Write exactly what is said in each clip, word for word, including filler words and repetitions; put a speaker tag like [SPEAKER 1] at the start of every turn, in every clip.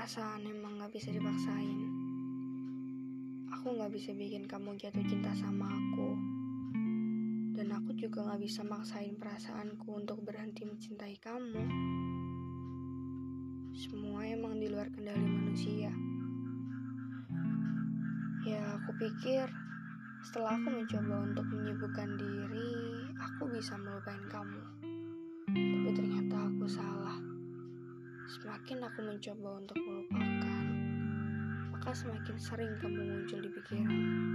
[SPEAKER 1] Perasaan emang gak bisa dipaksain. Aku gak bisa bikin kamu jatuh cinta sama aku. Dan aku juga gak bisa maksain perasaanku untuk berhenti mencintai kamu. Semua emang di luar kendali manusia. Ya, aku pikir setelah aku mencoba untuk menyibukkan diri, aku bisa melupain kamu. Tapi ternyata aku salah. Semakin aku mencoba untuk melupakan, maka semakin sering kamu muncul di pikiran.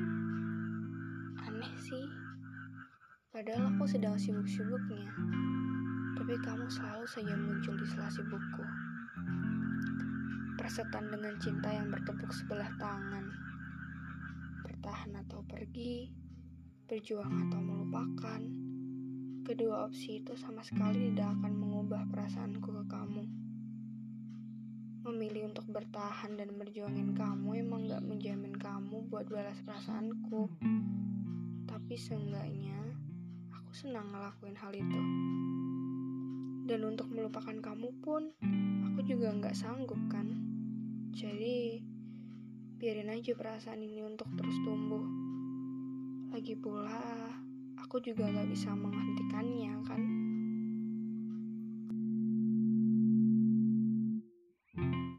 [SPEAKER 1] Aneh sih, padahal aku sedang sibuk-sibuknya, tapi kamu selalu saja muncul di sela sibukku. Persetan dengan cinta yang bertepuk sebelah tangan, bertahan atau pergi, berjuang atau melupakan. Kedua opsi itu sama sekali tidak akan mengubah perasaanku ke kamu. Memilih untuk bertahan dan berjuangin kamu emang gak menjamin kamu buat balas perasaanku. Tapi seenggaknya aku senang ngelakuin hal itu. Dan untuk melupakan kamu pun aku juga gak sanggup kan. Jadi biarin aja perasaan ini untuk terus tumbuh. Lagi pula aku juga gak bisa menghentikannya kan.